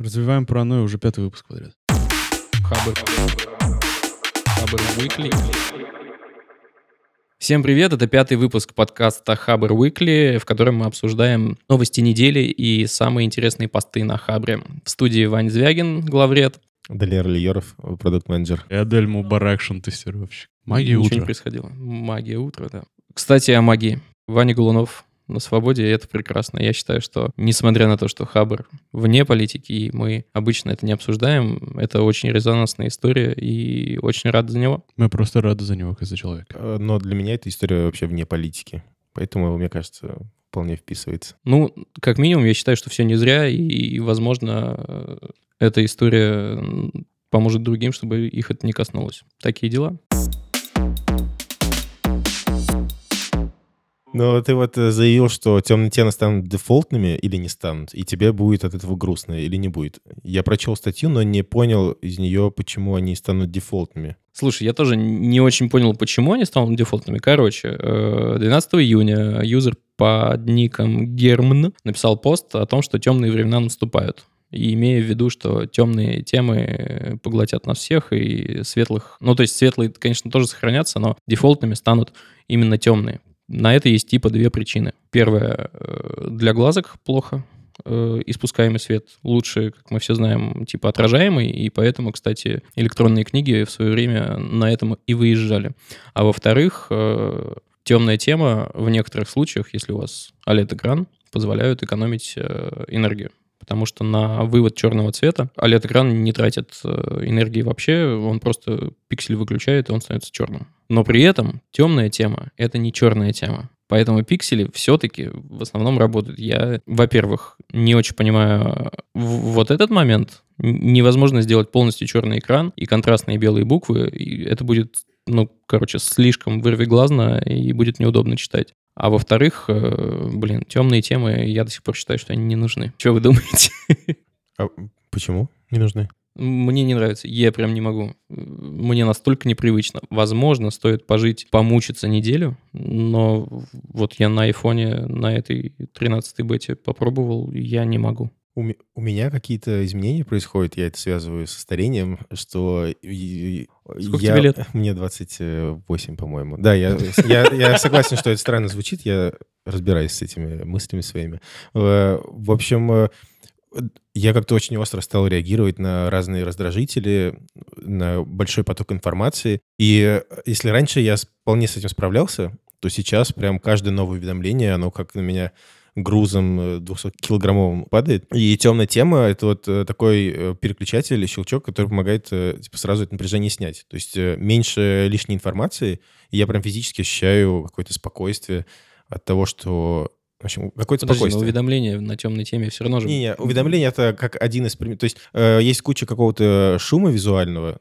Развиваем паранойю уже 5-й выпуск подряд. Хабр Weekly. Всем привет, это 5-й выпуск подкаста Хабр Weekly, в котором мы обсуждаем новости недели и самые интересные посты на Хабре. В студии Вань Звягин, главред. Далер Лиеров, продакт-менеджер. И Адель Мубаракшин, тестировщик. Магия Ничего утра. не происходило. Магия утра, да. Кстати, о магии. Ваня Голунов на свободе, и это прекрасно. Я считаю, что, несмотря на то, что Хабр вне политики, и мы обычно это не обсуждаем, это очень резонансная история, и очень рад за него. Мы просто рады за него, как за человека. Но для меня эта история вообще вне политики. Поэтому, мне кажется, вполне вписывается. Ну, как минимум, я считаю, что все не зря, и возможно, эта история поможет другим, чтобы их это не коснулось. Такие дела. Но ты вот заявил, что темные темы станут дефолтными или не станут, и тебе будет от этого грустно или не будет. Я прочел статью, но не понял из нее, почему они станут дефолтными. Слушай, я тоже не очень понял, почему они станут дефолтными. Короче, 12 июня юзер под ником Гермн написал пост о том, что темные времена наступают. И имея в виду, что темные темы поглотят нас всех, и светлых... Ну, то есть светлые, конечно, тоже сохранятся, но дефолтными станут именно темные. На это есть типа две причины. Первая, для глазок плохо испускаемый свет. Лучше, как мы все знаем, типа отражаемый, и поэтому, кстати, электронные книги в свое время на этом и выезжали. А во-вторых, темная тема в некоторых случаях, если у вас OLED-экран, позволяют экономить энергию. Потому что на вывод черного цвета OLED-экран не тратит энергии вообще, он просто пиксель выключает, и он становится черным. Но при этом темная тема — это не черная тема. Поэтому пиксели все-таки в основном работают. Я, во-первых, не очень понимаю вот этот момент. Невозможно сделать полностью черный экран и контрастные белые буквы, и это будет, слишком вырвиглазно, и будет неудобно читать. А во-вторых, темные темы, я до сих пор считаю, что они не нужны. Что вы думаете? А почему не нужны? Мне не нравится, я прям не могу. Мне настолько непривычно. Возможно, стоит пожить, помучиться неделю, но вот я на айфоне, на этой 13-й бете попробовал, я не могу. У меня какие-то изменения происходят, я это связываю со старением, что... Сколько тебе лет? Мне 28, по-моему. Да, я согласен, что это странно звучит, я разбираюсь с этими мыслями своими. В общем, я как-то очень остро стал реагировать на разные раздражители, на большой поток информации. И если раньше я вполне с этим справлялся, то сейчас прям каждое новое уведомление, оно как на меня... грузом 200-килограммовым падает. И темная тема — это вот такой переключатель, щелчок, который помогает сразу это напряжение снять. То есть меньше лишней информации, и я прям физически ощущаю какое-то спокойствие от того, что... В общем, какое-то спокойствие. Но уведомления на темной теме все равно же... Не, уведомления — это как один из примеров. То есть есть куча какого-то шума визуального,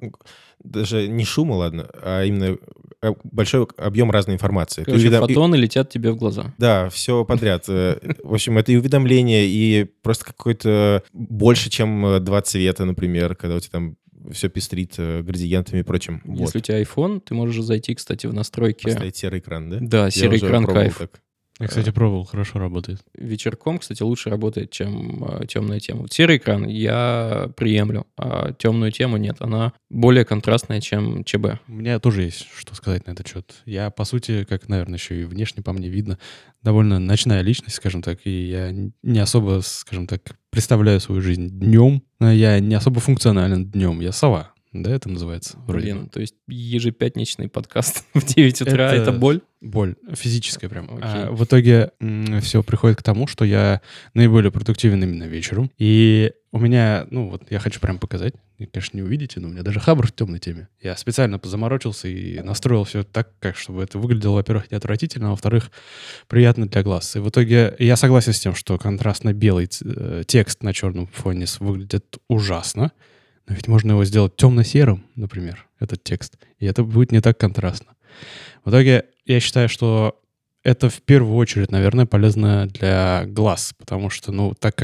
даже не шума, ладно, а именно большой объем разной информации. Короче, фотоны летят тебе в глаза. Да, все подряд. В общем, это и уведомления, и просто какой-то больше, чем 2 цвета, например, когда у тебя там все пестрит градиентами и прочим. Если у тебя iPhone, ты можешь зайти, кстати, в настройки... Поставить серый экран, да? Да, серый экран кайф. Так. Я, кстати, пробовал, хорошо работает. Вечерком, кстати, лучше работает, чем темная тема. Вот серый экран я приемлю, а темную тему нет. Она более контрастная, чем ЧБ. У меня тоже есть что сказать на этот счет. Я, по сути, как, наверное, еще и внешне по мне видно, довольно ночная личность, скажем так, и я не особо, скажем так, представляю свою жизнь днем. Я не особо функционален днем. Я сова. Да, это называется? Вроде. Блин, то есть ежепятничный подкаст в 9 утра — это боль? Боль, физическая прям. Окей. В итоге все приходит к тому, что я наиболее продуктивен именно вечером. И у меня, я хочу прям показать. Вы, конечно, не увидите, но у меня даже Хабр в темной теме. Я специально позаморочился и настроил все так, чтобы это выглядело, во-первых, не отвратительно, а во-вторых, приятно для глаз. И в итоге я согласен с тем, что контрастно-белый текст на черном фоне выглядит ужасно. Но ведь можно его сделать темно-серым, например, этот текст. И это будет не так контрастно. В итоге я считаю, что это в первую очередь, наверное, полезно для глаз. Потому что, так как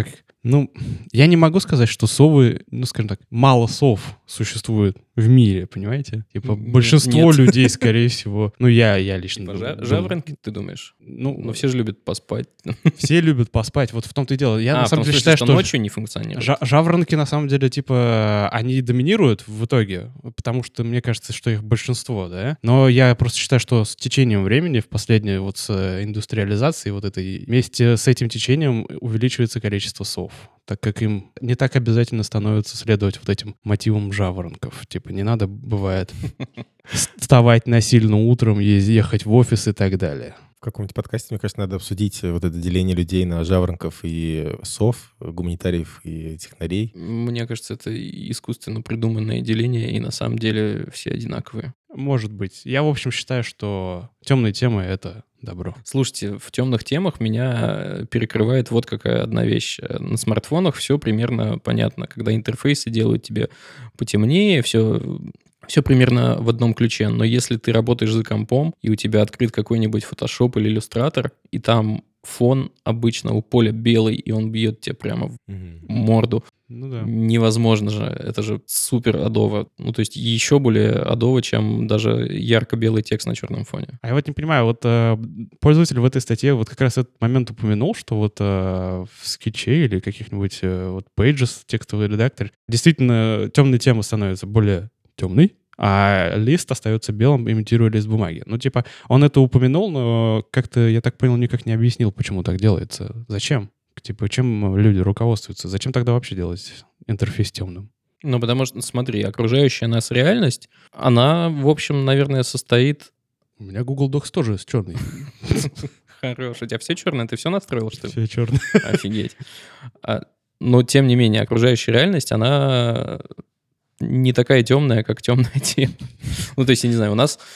Ну, я не могу сказать, что совы, ну, скажем так, мало сов существует в мире, понимаете? Типа большинство нет. людей, скорее всего, ну, я лично Типа думаю. жаворонки, ты думаешь? Ну, Но все же любят поспать. все любят поспать, вот в том-то и дело. Я на в самом том деле смысле, считаю, что что ночью не функционирует. жаворонки, на самом деле, типа, они доминируют в итоге, потому что мне кажется, что их большинство, да? Но я просто считаю, что с течением времени, в последнее вот с индустриализацией вот этой, вместе с этим течением увеличивается количество сов, так как им не так обязательно становится следовать вот этим мотивам жаворонков. Типа, не надо, бывает, вставать насильно утром, ехать в офис и так далее. В каком-нибудь подкасте, мне кажется, надо обсудить вот это деление людей на жаворонков и сов, гуманитариев и технарей. Мне кажется, это искусственно придуманное деление, и на самом деле все одинаковые. Может быть. Я, в общем, считаю, что темные темы — это добро. Слушайте, в темных темах меня перекрывает вот какая одна вещь. На смартфонах все примерно понятно. Когда интерфейсы делают тебе потемнее, все примерно в одном ключе. Но если ты работаешь за компом, и у тебя открыт какой-нибудь Photoshop или иллюстратор, и там фон обычно у поля белый, и он бьет тебе прямо в морду. Ну да. Невозможно же. Это же супер адово. Ну, то есть еще более адово, чем даже ярко-белый текст на черном фоне. А я вот не понимаю, вот пользователь в этой статье вот как раз этот момент упомянул, что вот в скетче или каких-нибудь вот Pages, текстовый редактор, действительно темные темы становятся более темной, а лист остается белым, имитируя лист бумаги. Ну, типа, он это упомянул, но как-то, я так понял, никак не объяснил, почему так делается. Зачем? Типа, чем люди руководствуются? Зачем тогда вообще делать интерфейс темным? Ну, потому что, смотри, окружающая нас реальность, она, в общем, наверное, состоит... У меня Google Docs тоже черный. Хорош. У тебя все черное? Ты все настроил, что ли? Все черное. Офигеть. Но, тем не менее, окружающая реальность, она не такая темная, как темная тема. Ну, то есть, я не знаю, у нас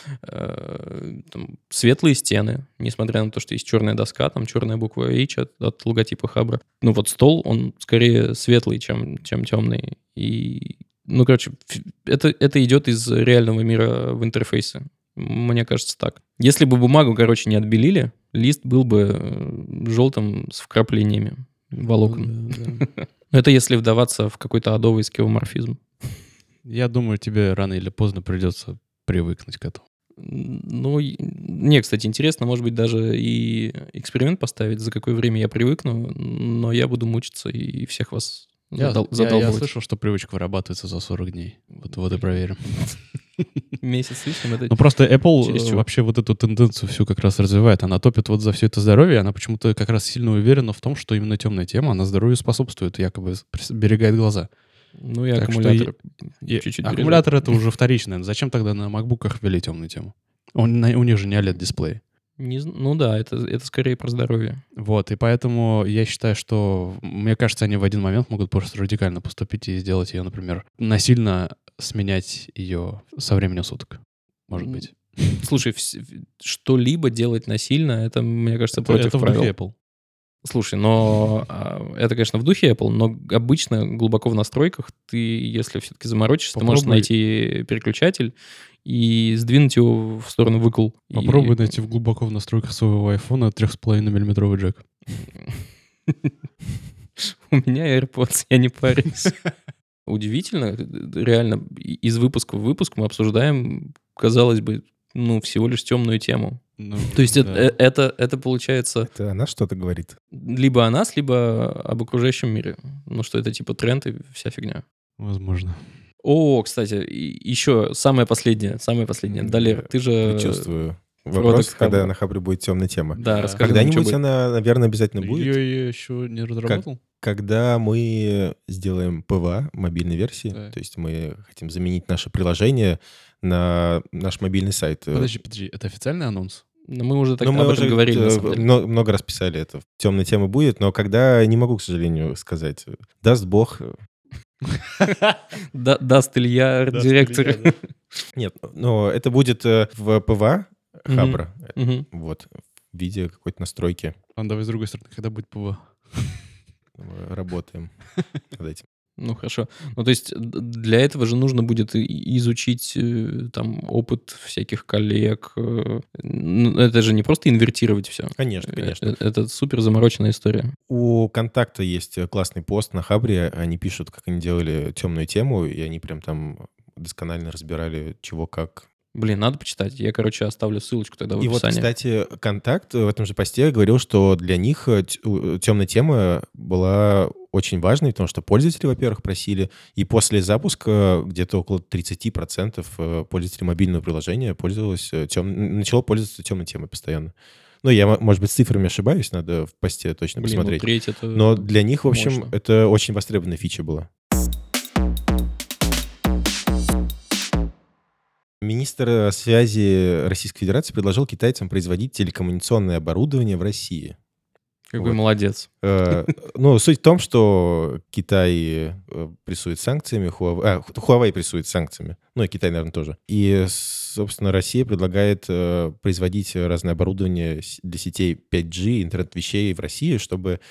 там светлые стены, несмотря на то, что есть черная доска, там черная буква H от логотипа Хабра. Ну, вот стол, он скорее светлый, чем темный. И, ну, короче, это идет из реального мира в интерфейсы. Мне кажется так. Если бы бумагу, короче, не отбелили, лист был бы желтым с вкраплениями волокон. Это если вдаваться в какой-то адовый скеоморфизм. Я думаю, тебе рано или поздно придется привыкнуть к этому. Ну, мне, кстати, интересно, может быть, даже и эксперимент поставить, за какое время я привыкну, но я буду мучиться и всех вас задолбывать. Я слышал, что привычка вырабатывается за 40 дней. Вот и проверим. Месяц с лишним. Это Ну, просто Apple чересчур. вообще вот эту тенденцию всю как раз развивает. Она топит вот за все это здоровье, она почему-то как раз сильно уверена в том, что именно темная тема, она здоровью способствует, якобы берегает глаза. Ну и Так аккумулятор И чуть-чуть аккумулятор — это уже вторичное. Зачем тогда на макбуках ввели темную тему? У них же не OLED-дисплей. Ну да, это скорее про здоровье. Вот, и поэтому я считаю, что, мне кажется, они в один момент могут просто радикально поступить и сделать ее, например, насильно сменять ее со временем суток. Может быть. Слушай, что-либо делать насильно, это, мне кажется, против Это в правил. духе Apple. Слушай, но это, конечно, в духе Apple, но обычно глубоко в настройках ты, если все-таки заморочишься, ты можешь Попробуй. найти переключатель и сдвинуть его в сторону выкл. Попробуй найти глубоко в настройках своего iPhone 3,5 миллиметровый джек. У меня AirPods, я не парюсь. Удивительно, реально, из выпуска в выпуск мы обсуждаем, казалось бы, ну, всего лишь темную тему. Ну, То есть да. это получается Это она что-то говорит. либо о нас, либо об окружающем мире. Ну, что это типа тренд и вся фигня. Возможно. О, кстати, еще самое последнее. Далер, ты же... Чувствую. Product Вопрос, когда Hub. на Хабре будет темная тема. Да, Да. расскажи нам, Когда-нибудь что будет. она, наверное, обязательно будет. Ее еще не разработал? Когда мы сделаем ПВА мобильной версии, Да. то есть мы хотим заменить наше приложение на наш мобильный сайт. Подожди, это официальный анонс? Но мы уже так Ну, мы об этом уже говорили, на самом деле. много раз писали это. Темная тема будет, но когда, не могу, к сожалению, сказать. Даст бог. Даст Илья, арт-директор. Нет, но это будет в ПВА Хабра. Мгм. Вот, в виде какой-то настройки. Ладно, давай с другой стороны, когда будет ПВА. Работаем над этим. Ну, хорошо. Ну, то есть для этого же нужно будет изучить там опыт всяких коллег. Это же не просто инвертировать все. Конечно, конечно. Это супер замороченная история. У «Контакта» есть классный пост на Хабре. Они пишут, как они делали темную тему, и они прям там досконально разбирали, чего как. Блин, надо почитать. Я, короче, оставлю ссылочку тогда в И вот, описании. кстати, «Контакт» в этом же посте говорил, что для них темная тема была очень важной, потому что пользователи, во-первых, просили, и после запуска где-то около 30% пользователей мобильного приложения начало пользоваться темной темой постоянно. Ну, я, может быть, с цифрами ошибаюсь, надо в посте точно Блин, посмотреть. ну треть это Но для них, в общем, мощно. это очень востребованная фича была. Министр связи Российской Федерации предложил китайцам производить телекоммуникационное оборудование в России. Какой Вот. молодец. Ну, суть в том, что Китай прессует санкциями, Huawei прессует санкциями, ну и Китай, наверное, тоже. И, собственно, Россия предлагает производить разное оборудование для сетей 5G, интернет-вещей в России, чтобы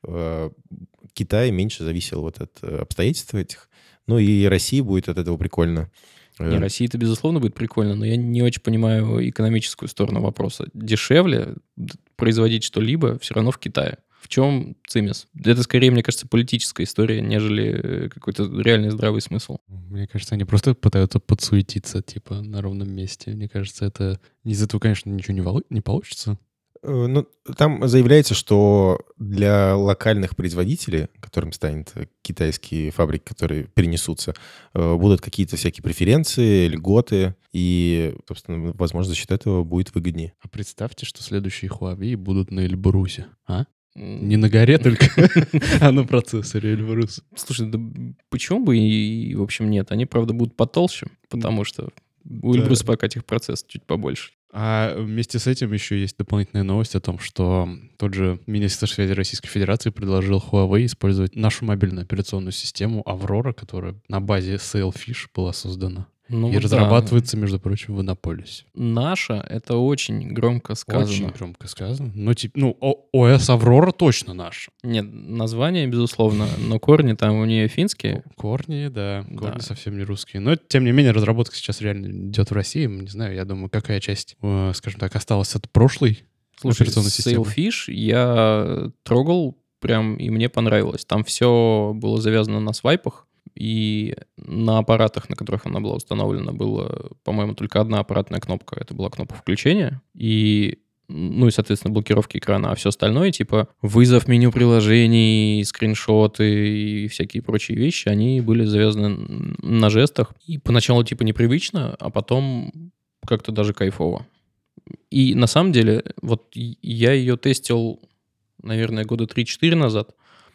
Китай меньше зависел вот от обстоятельств этих. Ну и России будет от этого прикольно. Не, России-то, безусловно, будет прикольно, но я не очень понимаю экономическую сторону вопроса. Дешевле производить что-либо все равно в Китае. В чем цимис? Это скорее, мне кажется, политическая история, нежели какой-то реальный здравый смысл. Мне кажется, они просто пытаются подсуетиться, типа, на ровном месте. Мне кажется, это из этого, конечно, ничего не получится. Ну, там заявляется, что для локальных производителей, которым станет китайские фабрики, которые перенесутся, будут какие-то всякие преференции, льготы, и, собственно, возможно, за счет этого будет выгоднее. А представьте, что следующие Huawei будут на Эльбрусе, а? Не на горе только, а на процессоре Эльбрус. Слушай, да почему бы и, в общем, нет? Они, правда, будут потолще, потому что у Эльбруса пока техпроцесс чуть побольше. А вместе с этим еще есть дополнительная новость о том, что тот же министр связи Российской Федерации предложил Huawei использовать нашу мобильную операционную систему Aurora, которая на базе Sailfish была создана. Ну, И да. разрабатывается, между прочим, в Иннополисе. Наша — это очень громко сказано. Очень громко сказано. Но ОС Аврора точно наша. Нет, название, безусловно, но корни там у нее финские. Корни, да. Корни Да. совсем не русские. Но, тем не менее, разработка сейчас реально идет в России. Не знаю, я думаю, какая часть, скажем так, осталась от прошлой операционной системы. Sailfish я трогал прям, и мне понравилось. Там все было завязано на свайпах, и на аппаратах, на которых она была установлена, была, по-моему, только одна аппаратная кнопка. Это была кнопка включения. И, ну и, соответственно, блокировки экрана. А все остальное, типа вызов меню приложений, скриншоты и всякие прочие вещи, они были завязаны на жестах. И поначалу типа непривычно, а потом как-то даже кайфово. И на самом деле, вот я ее тестил, наверное, года 3-4 назад.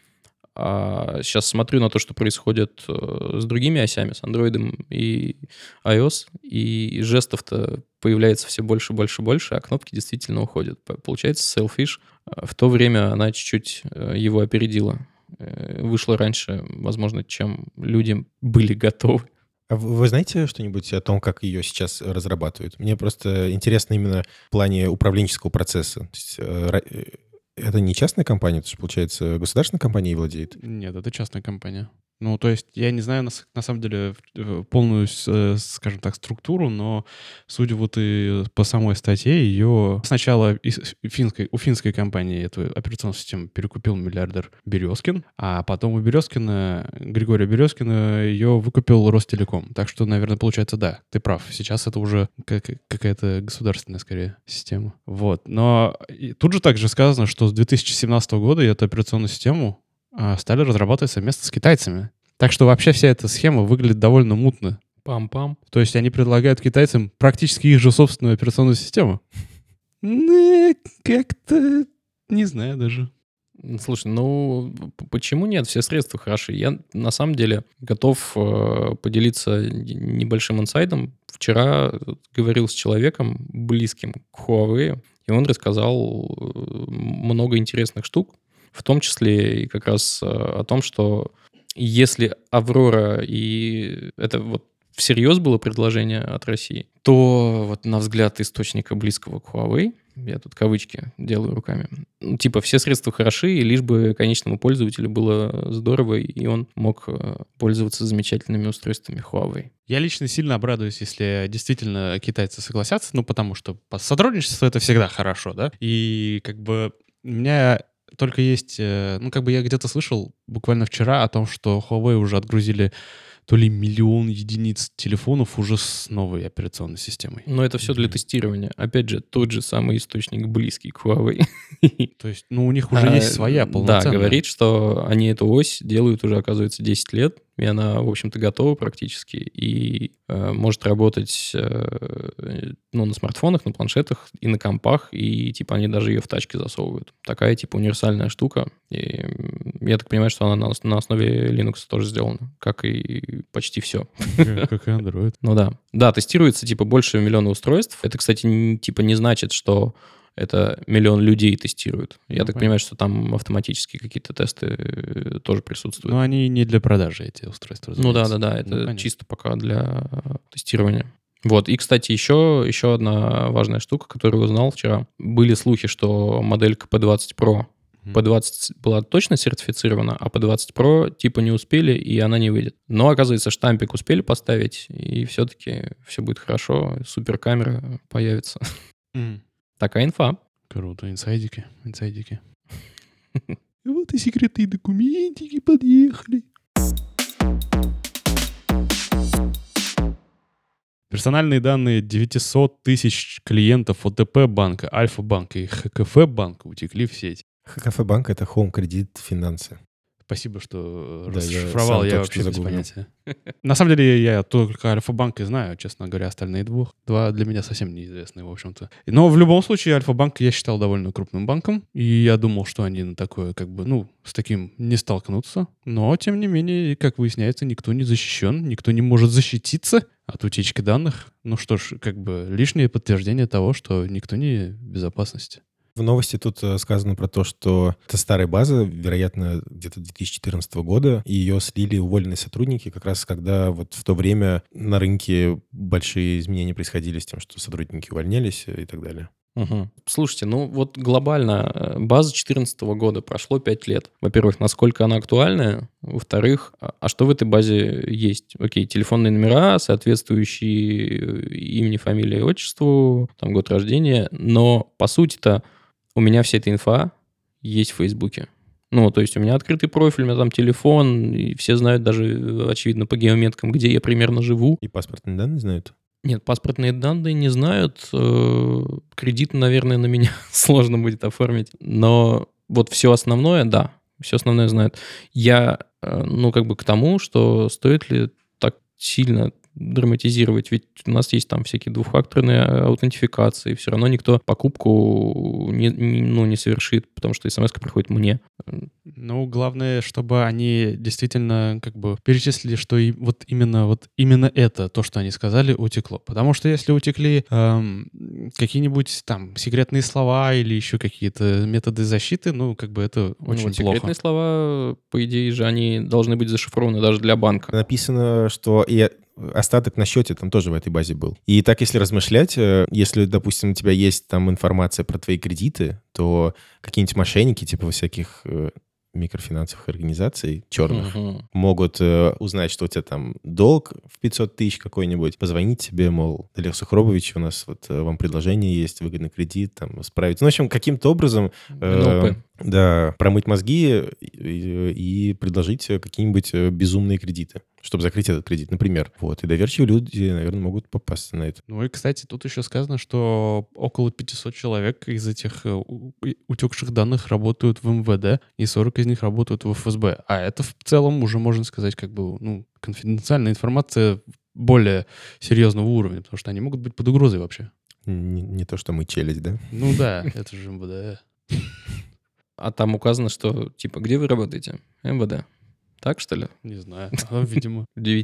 А сейчас смотрю на то, что происходит с другими осями, с Android и iOS, и жестов-то появляется все больше, больше, больше, а кнопки действительно уходят. Получается, Sailfish в то время она чуть-чуть его опередила. Вышла раньше, возможно, чем люди были готовы. А вы знаете что-нибудь о том, как ее сейчас разрабатывают? Мне просто интересно именно в плане управленческого процесса. То есть, это не частная компания, это же, получается, государственная компания ей владеет? Нет, это частная компания. Ну, то есть, я не знаю, на самом деле, полную, скажем так, структуру, но, судя вот и по самой статье, ее сначала у финской компании эту операционную систему перекупил миллиардер Березкин, а потом у Григория Березкина ее выкупил Ростелеком. Так что, наверное, получается, да, ты прав. Сейчас это уже какая-то государственная, скорее, система. Вот. Но тут же также сказано, что с 2017 года эту операционную систему стали разрабатывать совместно с китайцами. Так что вообще вся эта схема выглядит довольно мутно. Пам-пам. То есть они предлагают китайцам практически их же собственную операционную систему. Ну, как-то не знаю даже. Слушай, ну почему нет? Все средства хороши. Я на самом деле готов поделиться небольшим инсайдом. Вчера говорил с человеком, близким к Huawei, и он рассказал много интересных штук, в том числе и как раз о том, что если Аврора и это вот всерьез было предложение от России, то вот на взгляд источника близкого к Huawei, я тут кавычки делаю руками, типа все средства хороши, и лишь бы конечному пользователю было здорово, и он мог пользоваться замечательными устройствами Huawei. Я лично сильно обрадуюсь, если действительно китайцы согласятся, ну, потому что сотрудничество — это всегда хорошо, да, и как бы у меня только есть, ну, как бы я где-то слышал буквально вчера о том, что Huawei уже отгрузили то ли 1 миллион единиц телефонов уже с новой операционной системой. Но это все для тестирования. Опять же, тот же самый источник, близкий к Huawei. То есть, ну, у них уже есть своя полноценная. Да, говорит, что они эту ось делают уже, оказывается, 10 лет, и она, в общем-то, готова практически, и может работать ну, на смартфонах, на планшетах и на компах, и, типа, они даже ее в тачке засовывают. Такая, типа, универсальная штука, и я так понимаю, что она на основе Linux тоже сделана, как и почти все. Как и Android. Ну да. Да, тестируется, типа, больше 1 миллиона устройств. Это, кстати, типа, не значит, что это 1 миллион людей тестируют. Я так понимаю, что там автоматически какие-то тесты тоже присутствуют. Но они не для продажи, эти устройства. Ну да, это чисто пока для тестирования. Вот, и, кстати, еще одна важная штука, которую узнал вчера. Были слухи, что моделька P20 Pro, P20 была точно сертифицирована, а P20 Pro типа не успели, и она не выйдет. Но, оказывается, штампик успели поставить, и все-таки все будет хорошо, суперкамера появится. Такая инфа. Круто, инсайдики. Вот и секретные документики подъехали. Персональные данные 900 тысяч клиентов ОТП банка, Альфа-банка и ХКФ банка утекли в сеть. ХКФ банк — это Home Credit Финансы. Спасибо, что Да, расшифровал, я вообще без загуглил. понятия. На самом деле, я только Альфа-банк и знаю, честно говоря, остальные два для меня совсем неизвестные, в общем-то. Но в любом случае, Альфа-банк я считал довольно крупным банком, и я думал, что они на такое, как бы, ну, с таким не столкнутся. Но, тем не менее, как выясняется, никто не защищен, никто не может защититься от утечки данных. Ну что ж, как бы лишнее подтверждение того, что никто не в безопасности. В новости тут сказано про то, что это старая база, вероятно, где-то 2014 года, и ее слили уволенные сотрудники, как раз когда вот в то время на рынке большие изменения происходили с тем, что сотрудники увольнялись и так далее. Угу. Слушайте, ну вот глобально база 2014 года, прошло 5 лет. Во-первых, насколько она актуальная? Во-вторых, а что в этой базе есть? Окей, телефонные номера, соответствующие имени, фамилии, отчеству, там год рождения, но по сути-то у меня вся эта инфа есть в Фейсбуке. Ну, то есть у меня открытый профиль, у меня там телефон, и все знают даже, очевидно, по геометкам, где я примерно живу. И паспортные данные знают? Нет, паспортные данные не знают. Кредит, наверное, на меня сложно будет оформить. Но вот все основное, да, все основное знают. Я, ну, как бы к тому, что стоит ли так сильно драматизировать, ведь у нас есть там всякие двухфакторные аутентификации, все равно никто покупку не совершит, потому что смс-ка приходит мне. Ну, главное, чтобы они действительно как бы перечислили, что и вот именно это, то, что они сказали, утекло. Потому что если утекли какие-нибудь там секретные слова или еще какие-то методы защиты, ну, как бы это очень вот плохо. Секретные слова, по идее же, они должны быть зашифрованы даже для банка. Написано, что и остаток на счете там тоже в этой базе был. И так, если размышлять, если, допустим, у тебя есть там информация про твои кредиты, то какие-нибудь мошенники, типа всяких микрофинансовых организаций черных, могут узнать, что у тебя там долг в 500 тысяч какой-нибудь, позвонить тебе, мол, Олег Сухробович, у нас вот вам предложение есть, выгодный кредит, там, справить. Ну, в общем, каким-то образом да, промыть мозги и предложить какие-нибудь безумные кредиты, чтобы закрыть этот кредит, например. Вот. И доверчивые люди, наверное, могут попасться на это. Ну и, кстати, тут еще сказано, что около 500 человек из этих утекших данных работают в МВД, и 40 из них работают в ФСБ. А это в целом уже, можно сказать, как бы, ну, конфиденциальная информация более серьезного уровня, потому что они могут быть под угрозой вообще. Не то, что мы челюсть, да? Ну да, это же МВД. А там указано, что, типа, где вы работаете? МВД. Так, что ли? Не знаю, видимо. Удивительно.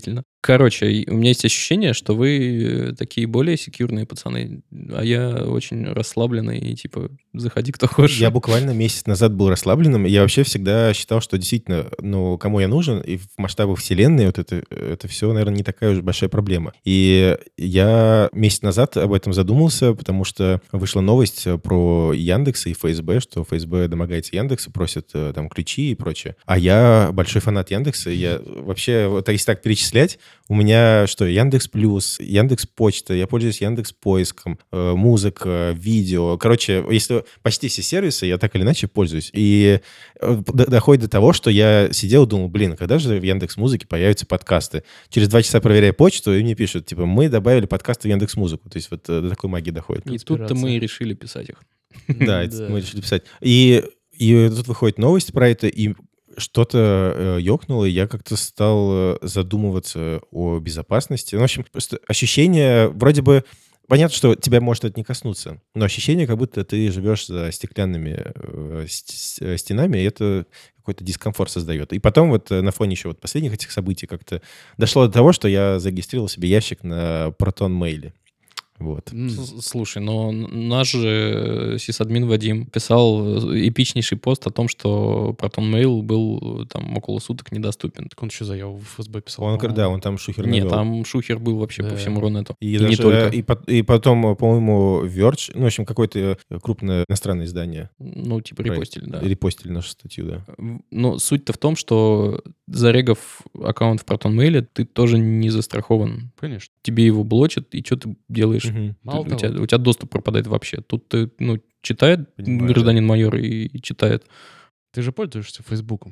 Короче, у меня есть ощущение, что вы такие более секьюрные пацаны, а я очень расслабленный, и типа, заходи кто хочешь. Я буквально месяц назад был расслабленным, и я вообще всегда считал, что действительно, ну, кому я нужен, и в масштабах вселенной вот это все, наверное, не такая уж большая проблема. И я месяц назад об этом задумался, потому что вышла новость про Яндекс и ФСБ, что ФСБ домогается Яндекса, просит там ключи и прочее. А я большой фанат Яндекса, я вообще, вот если так перечислять, у меня что, Яндекс.Плюс, Яндекс.Почта, я пользуюсь Яндекс.Поиском, музыка, видео. Короче, если почти все сервисы я так или иначе пользуюсь. И доходит до того, что я сидел и думал, блин, когда же в Яндекс.Музыке появятся подкасты? Через 2 часа проверяю почту, и мне пишут, типа, мы добавили подкасты в Яндекс.Музыку. То есть вот до такой магии доходит. И тут-то мы и решили писать их. Да, мы решили писать. И тут выходит новость про это, и что-то ёкнуло, и я как-то стал задумываться о безопасности. Ну, в общем, просто ощущение вроде бы... Понятно, что тебя может это не коснуться, но ощущение, как будто ты живешь за стеклянными стенами, и это какой-то дискомфорт создает. И потом вот на фоне еще вот последних этих событий как-то дошло до того, что я зарегистрировал себе ящик на ProtonMail. Вот. Слушай, но наш же сисадмин Вадим писал эпичнейший пост о том, что ProtonMail был там около суток недоступен. Так он еще заяву в ФСБ писал. Он там шухер навел. Нет, там шухер был вообще по всему Рунету. И не только. И потом, по-моему, Verge, ну, в общем, какое-то крупное иностранное издание. Ну, типа репостили, да. Репостили нашу статью, да. Но суть-то в том, что зарегав аккаунт в ProtonMail, ты тоже не застрахован. Конечно. Тебе его блочат, и что ты делаешь? Мало у того. тебя доступ пропадает вообще. Тут ты, читает гражданин майор и читает. Ты же пользуешься Фейсбуком.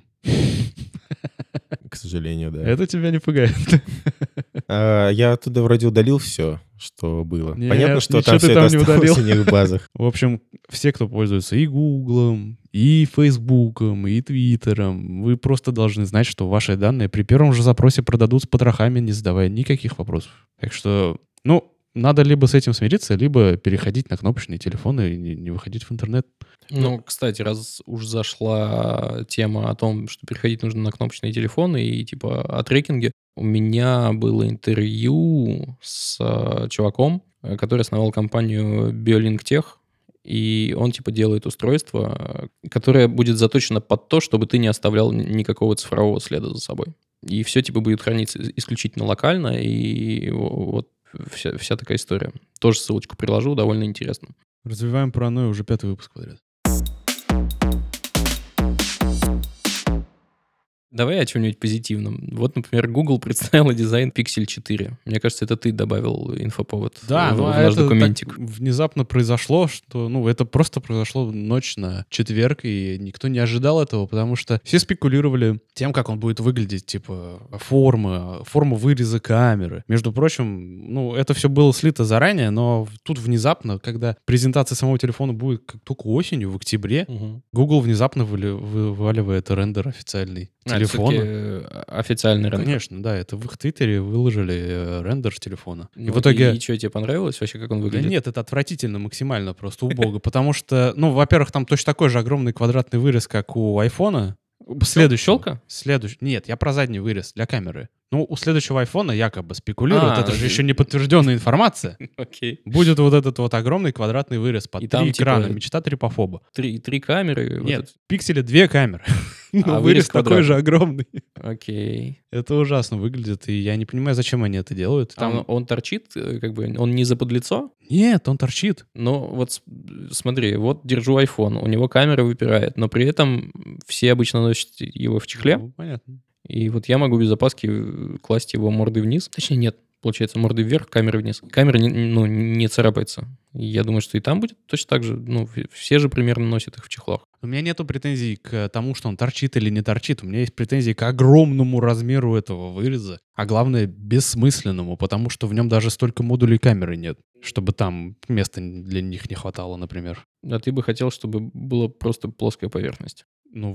К сожалению, да. Это тебя не пугает. Я оттуда вроде удалил все, что было. Нет, Понятно, что ничего там ты все там это не осталось удалил. у них в базах. В общем, все, кто пользуется и Гуглом, и Фейсбуком, и Твиттером, вы просто должны знать, что ваши данные при первом же запросе продадут с потрохами, не задавая никаких вопросов. Так что, надо либо с этим смириться, либо переходить на кнопочные телефоны и не выходить в интернет. Ну, кстати, раз уж зашла тема о том, что переходить нужно на кнопочные телефоны и типа о трекинге, у меня было интервью с чуваком, который основал компанию BioLink Tech, и он типа делает устройство, которое будет заточено под то, чтобы ты не оставлял никакого цифрового следа за собой. И все типа будет храниться исключительно локально, и вот вся такая история. Тоже ссылочку приложу, довольно интересно. Развиваем паранойю уже 5-й выпуск подряд. Давай о чем-нибудь позитивном. Вот, например, Google представила дизайн Pixel 4. Мне кажется, это ты добавил инфоповод в наш документик. Так внезапно произошло, что, это просто произошло ночь на четверг, и никто не ожидал этого, потому что все спекулировали тем, как он будет выглядеть, типа форма выреза камеры. Между прочим, это все было слито заранее, но тут внезапно, когда презентация самого телефона будет только осенью, в октябре, Google внезапно вываливает рендер официальный телефона. Официальный рендер. Конечно, да, это в их Твиттере выложили рендер телефона. И в итоге... И что, тебе понравилось вообще, как он выглядит? Да нет, это отвратительно максимально, просто убого. Потому что, во-первых, там точно такой же огромный квадратный вырез, как у айфона. Щелка? Нет, я про задний вырез для камеры. У следующего айфона якобы спекулируют, это же еще не подтвержденная информация. Окей. Будет вот этот вот огромный квадратный вырез под 3 экрана, мечта трипофоба. 3 камеры? Нет, в пикселе 2 камеры. А вырез такой же огромный. Окей. Это ужасно выглядит, и я не понимаю, зачем они это делают. Он торчит, он не заподлицо? Нет, он торчит. Но вот смотри, вот держу iPhone, у него камера выпирает, но при этом все обычно носят его в чехле. Понятно. И вот я могу без опаски класть его мордой вниз. Точнее, нет, получается, мордой вверх, камерой вниз. Камера не царапается. Я думаю, что и там будет точно так же. Все же примерно носят их в чехлах. У меня нету претензий к тому, что он торчит или не торчит. У меня есть претензии к огромному размеру этого выреза, а главное, бессмысленному, потому что в нем даже столько модулей камеры нет, чтобы там места для них не хватало, например. А ты бы хотел, чтобы была просто плоская поверхность?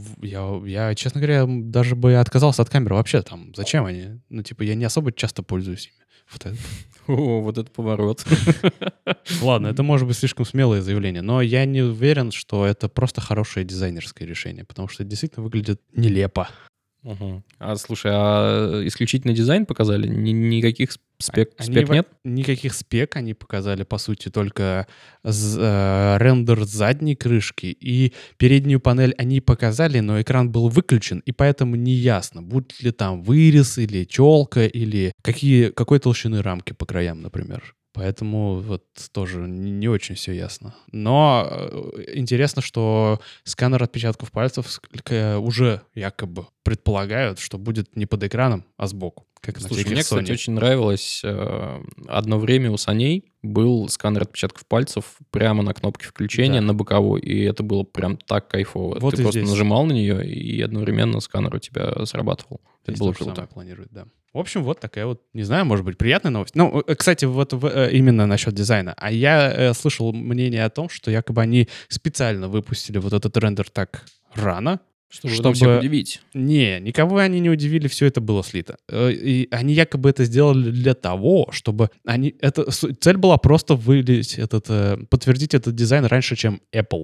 Я, честно говоря, даже бы отказался от камеры вообще. Там, зачем они? Я не особо часто пользуюсь ими. Вот это поворот. Ладно, это может быть слишком смелое заявление, но я не уверен, что это просто хорошее дизайнерское решение, потому что это действительно выглядит нелепо. Угу. А слушай, а исключительно дизайн показали? Никаких спек нет? Никаких спек они показали, по сути, только рендер задней крышки. И переднюю панель они показали, но экран был выключен, и поэтому не ясно, будет ли там вырез или челка, или какой толщины рамки по краям, например. Поэтому вот тоже не очень все ясно. Но интересно, что сканер отпечатков пальцев уже якобы предполагают, что будет не под экраном, а сбоку. Как Слушай, мне, кстати, очень нравилось. Одно время у саней был сканер отпечатков пальцев прямо на кнопке включения, на боковой, и это было прям так кайфово. Вот ты просто здесь нажимал на нее, и одновременно сканер у тебя срабатывал. Здесь это было то же круто. самое планируют, да. В общем, вот такая вот, не знаю, может быть, приятная новость. Ну, кстати, вот именно насчет дизайна. А я слышал мнение о том, что якобы они специально выпустили вот этот рендер так рано, чтобы всех удивить. Никого они не удивили, все это было слито. И они якобы это сделали для того, чтобы цель была просто подтвердить этот дизайн раньше, чем Apple.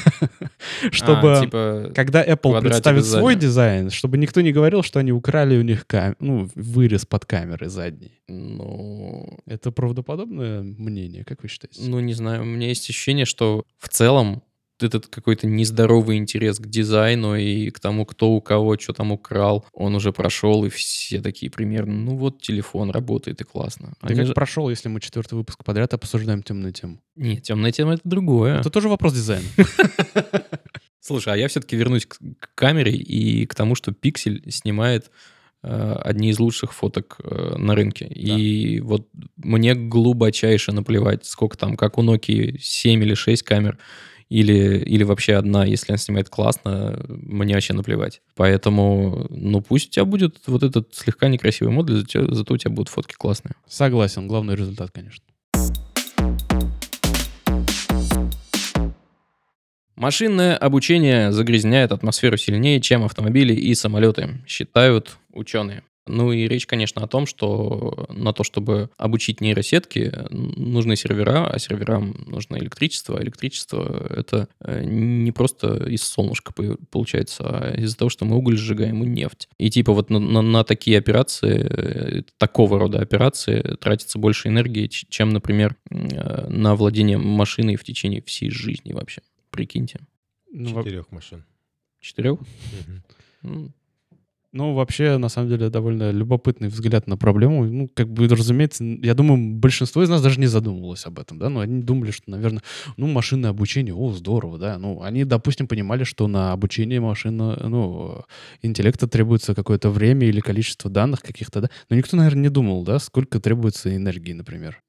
Чтобы, когда Apple представит свой дизайн, чтобы никто не говорил, что они украли у них вырез под камерой задней. Это правдоподобное мнение, как вы считаете? Не знаю, у меня есть ощущение, что в целом этот какой-то нездоровый интерес к дизайну и к тому, кто у кого что там украл, он уже прошел, и все такие примерно, вот телефон работает, и классно. Да как прошел, если мы 4-й выпуск подряд обсуждаем темную тему? Нет, темная тема — это другое. Это тоже вопрос дизайна. Слушай, а я все-таки вернусь к камере и к тому, что Pixel снимает одни из лучших фоток на рынке. Да. И вот мне глубочайше наплевать, сколько там, как у Nokia 7 или 6 камер, или вообще одна, если она снимает классно, мне вообще наплевать. Поэтому, пусть у тебя будет вот этот слегка некрасивый модуль, зато у тебя будут фотки классные. Согласен, главный результат, конечно. Машинное обучение загрязняет атмосферу сильнее, чем автомобили и самолеты, считают ученые. И речь, конечно, о том, что на то, чтобы обучить нейросетки, нужны сервера, а серверам нужно электричество. А электричество — это не просто из солнышка получается, а из-за того, что мы уголь сжигаем и нефть. И вот на такие операции, такого рода операции тратится больше энергии, чем, например, на владение машиной в течение всей жизни вообще. Прикиньте. 4 машин. 4? Вообще, на самом деле, довольно любопытный взгляд на проблему. Разумеется, я думаю, большинство из нас даже не задумывалось об этом, да, но они думали, что, наверное, машинное обучение, здорово, да. Они, допустим, понимали, что на обучение машины, интеллекта требуется какое-то время или количество данных каких-то, да. Но никто, наверное, не думал, да, сколько требуется энергии, например.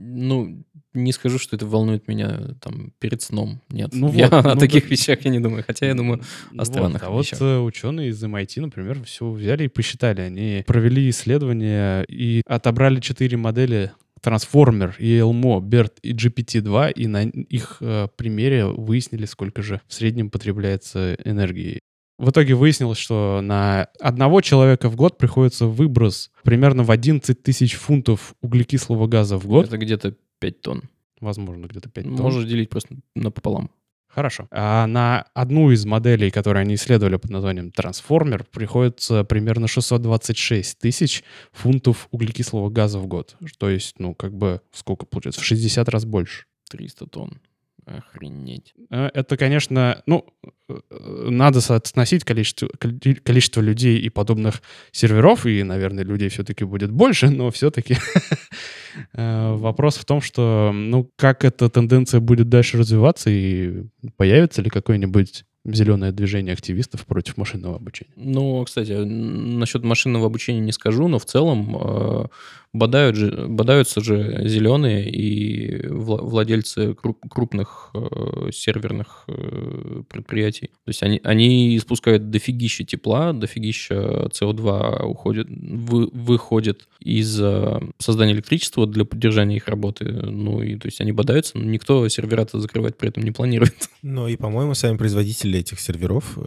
Не скажу, что это волнует меня там перед сном. Нет. О таких вещах я не думаю. Хотя я думаю о странных вещах. А вот ученые из MIT, например, все взяли и посчитали. Они провели исследования и отобрали 4 модели Transformer, ELMo, BERT и GPT-2, и на их примере выяснили, сколько же в среднем потребляется энергии. В итоге выяснилось, что на одного человека в год приходится выброс примерно в 11 тысяч фунтов углекислого газа в год. Это где-то 5 тонн. Возможно, где-то 5 тонн. Можешь делить просто напополам. Хорошо. А на одну из моделей, которые они исследовали под названием Transformer, приходится примерно 626 тысяч фунтов углекислого газа в год. То есть, сколько получается? В 60 раз больше. 300 тонн. Охренеть. Это, конечно, надо соотносить количество людей и подобных серверов, и, наверное, людей все-таки будет больше, но все-таки вопрос в том, что, как эта тенденция будет дальше развиваться, и появится ли какое-нибудь зеленое движение активистов против машинного обучения. Кстати, насчет машинного обучения не скажу, но в целом бодаются же зеленые и владельцы крупных серверных предприятий. То есть они испускают дофигища тепла, дофигища СО2 выходит из создания электричества для поддержания их работы. То есть они бодаются, но никто сервера-то закрывать при этом не планирует. И, по-моему, сами производители этих серверов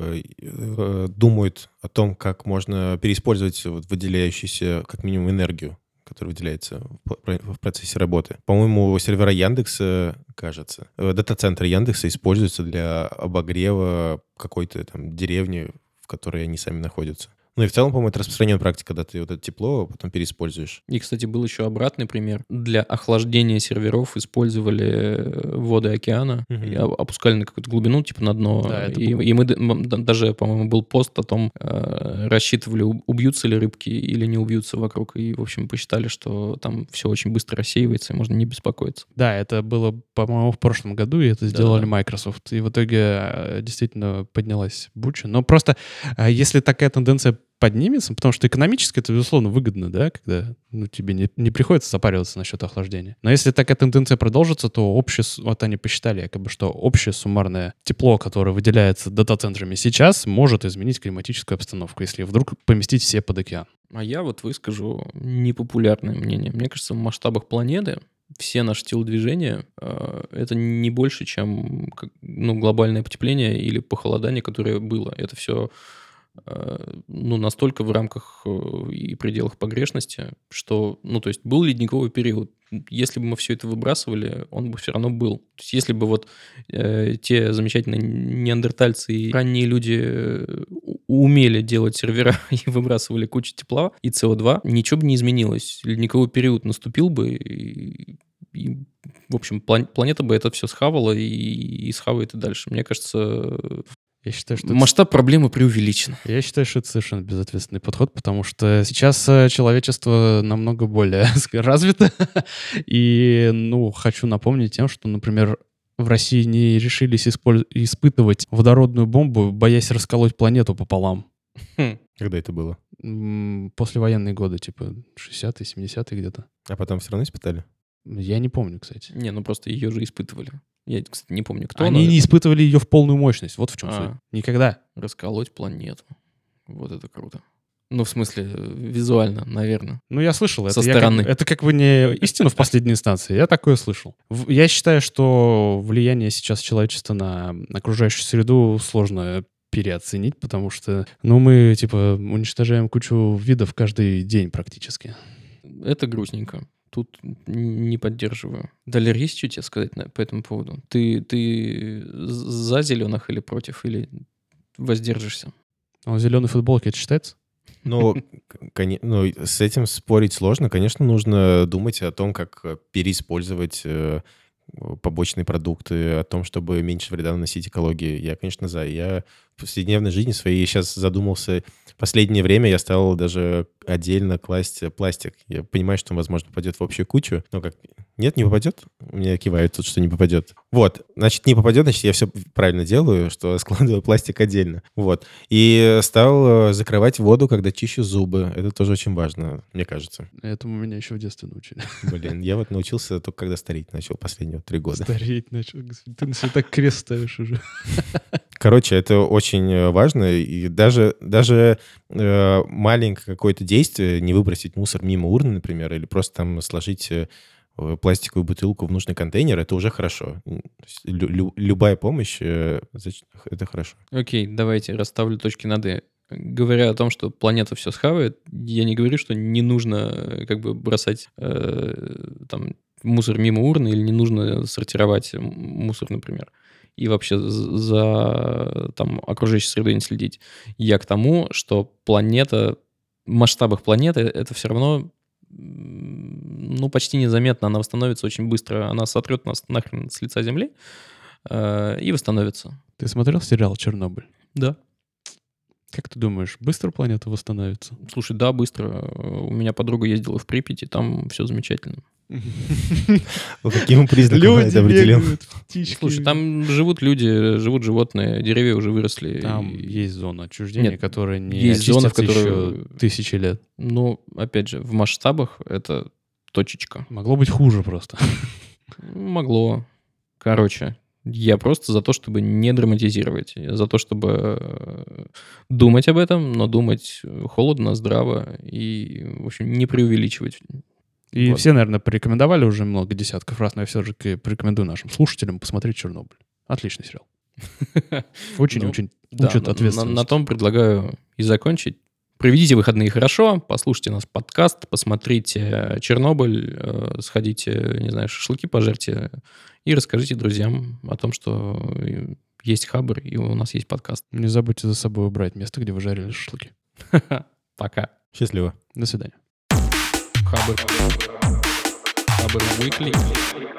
думают о том, как можно переиспользовать выделяющуюся, как минимум, энергию, которая выделяется в процессе работы. По-моему, сервера Яндекса, кажется, дата-центр Яндекса используется для обогрева какой-то там деревни, в которой они сами находятся. Ну и в целом, по-моему, это распространенная практика, когда ты вот это тепло потом переиспользуешь. И, кстати, был еще обратный пример. Для охлаждения серверов использовали воды океана, и опускали на какую-то глубину, типа на дно. Да, это И мы даже, по-моему, был пост о том, рассчитывали, убьются ли рыбки или не убьются вокруг. И, в общем, посчитали, что там все очень быстро рассеивается, и можно не беспокоиться. Да, это было, по-моему, в прошлом году, и это сделали Да. Microsoft. И в итоге действительно поднялась буча. Но просто если такая тенденция поднимется, потому что экономически это, безусловно, выгодно, да, когда тебе не приходится запариваться насчет охлаждения. Но если такая тенденция продолжится, то вот они посчитали, якобы, что общее суммарное тепло, которое выделяется дата-центрами сейчас, может изменить климатическую обстановку, если вдруг поместить все под океан. А я вот выскажу непопулярное мнение. Мне кажется, в масштабах планеты все наши телодвижения это не больше, чем глобальное потепление или похолодание, которое было. Это все настолько в рамках и пределах погрешности, что, то есть был ледниковый период. Если бы мы все это выбрасывали, он бы все равно был. То есть если бы вот те замечательные неандертальцы и ранние люди умели делать сервера и выбрасывали кучу тепла и СО2, ничего бы не изменилось. Ледниковый период наступил бы, и в общем, планета бы это все схавала и схавает и дальше. Мне кажется, я считаю, что масштаб проблемы преувеличен. Я считаю, что это совершенно безответственный подход, потому что сейчас человечество намного более развито. И, хочу напомнить тем, что, например, в России не решились испытывать водородную бомбу, боясь расколоть планету пополам. Когда это было? Послевоенные годы, типа 60-е, 70-е где-то. А потом все равно испытали? Я не помню, кстати. Не, просто ее же испытывали. Я, кстати, не помню, кто. Они не испытывали ее в полную мощность. Вот в чем суть. Никогда. Расколоть планету. Вот это круто. В смысле, визуально, наверное. Я слышал это. Со стороны. Это как бы не истина в последней инстанции. Я такое слышал. Я считаю, что влияние сейчас человечества на окружающую среду сложно переоценить, потому что, мы, уничтожаем кучу видов каждый день практически. Это грустненько. Тут не поддерживаю. Далер, есть что тебе сказать по этому поводу? Ты за зеленых или против, или воздержишься? А зеленой футболки это считается? С этим спорить сложно. Конечно, нужно думать о том, как переиспользовать побочные продукты, о том, чтобы меньше вреда наносить экологии. Я, конечно, за. Я в повседневной жизни своей сейчас задумался. В последнее время я стал даже отдельно класть пластик. Я понимаю, что он, возможно, попадет в общую кучу, но как... Нет, не попадет? У меня кивают тут, что не попадет. Вот, значит, не попадет, значит, я все правильно делаю, что складываю пластик отдельно. Вот. И стал закрывать воду, когда чищу зубы. Это тоже очень важно, мне кажется. Этому меня еще в детстве научили. Блин, я вот научился только когда стареть начал последние 3 года. Стареть начал. Ты на себя так крест ставишь уже. Короче, это очень важно. И даже маленькое какое-то действие, не выбросить мусор мимо урны, например, или просто там сложить пластиковую бутылку в нужный контейнер, это уже хорошо. Любая помощь, это хорошо. Окей, давайте расставлю точки над «и». Говоря о том, что планета все схавает, я не говорю, что не нужно бросать мусор мимо урны или не нужно сортировать мусор, например, и вообще за окружающей средой не следить. Я к тому, что планета, в масштабах планеты это все равно почти незаметно, она восстановится очень быстро. Она сотрет нас нахрен с лица Земли и восстановится. Ты смотрел сериал «Чернобыль»? Да. Как ты думаешь, быстро планета восстановится? Слушай, да, быстро. У меня подруга ездила в Припять, и там все замечательно. По каким признакам это определил? Слушай, там живут люди, живут животные, деревья уже выросли. Там есть зона отчуждения, которая не есть зона, в очистится которой еще тысячи лет. Опять же, в масштабах это точечка. Могло быть хуже просто. Могло. Короче, я просто за то, чтобы не драматизировать. За то, чтобы думать об этом, но думать холодно, здраво и, в общем, не преувеличивать. И все, наверное, порекомендовали уже много десятков раз, но я все-таки порекомендую нашим слушателям посмотреть «Чернобыль». Отличный сериал. Очень-очень учит ответственности. На том предлагаю и закончить. Проведите выходные хорошо, послушайте нас подкаст, посмотрите «Чернобыль», сходите, не знаю, шашлыки пожарьте и расскажите друзьям о том, что есть Хабр и у нас есть подкаст. Не забудьте за собой убрать место, где вы жарили шашлыки. Пока. Счастливо. До свидания. Хабр Weekly.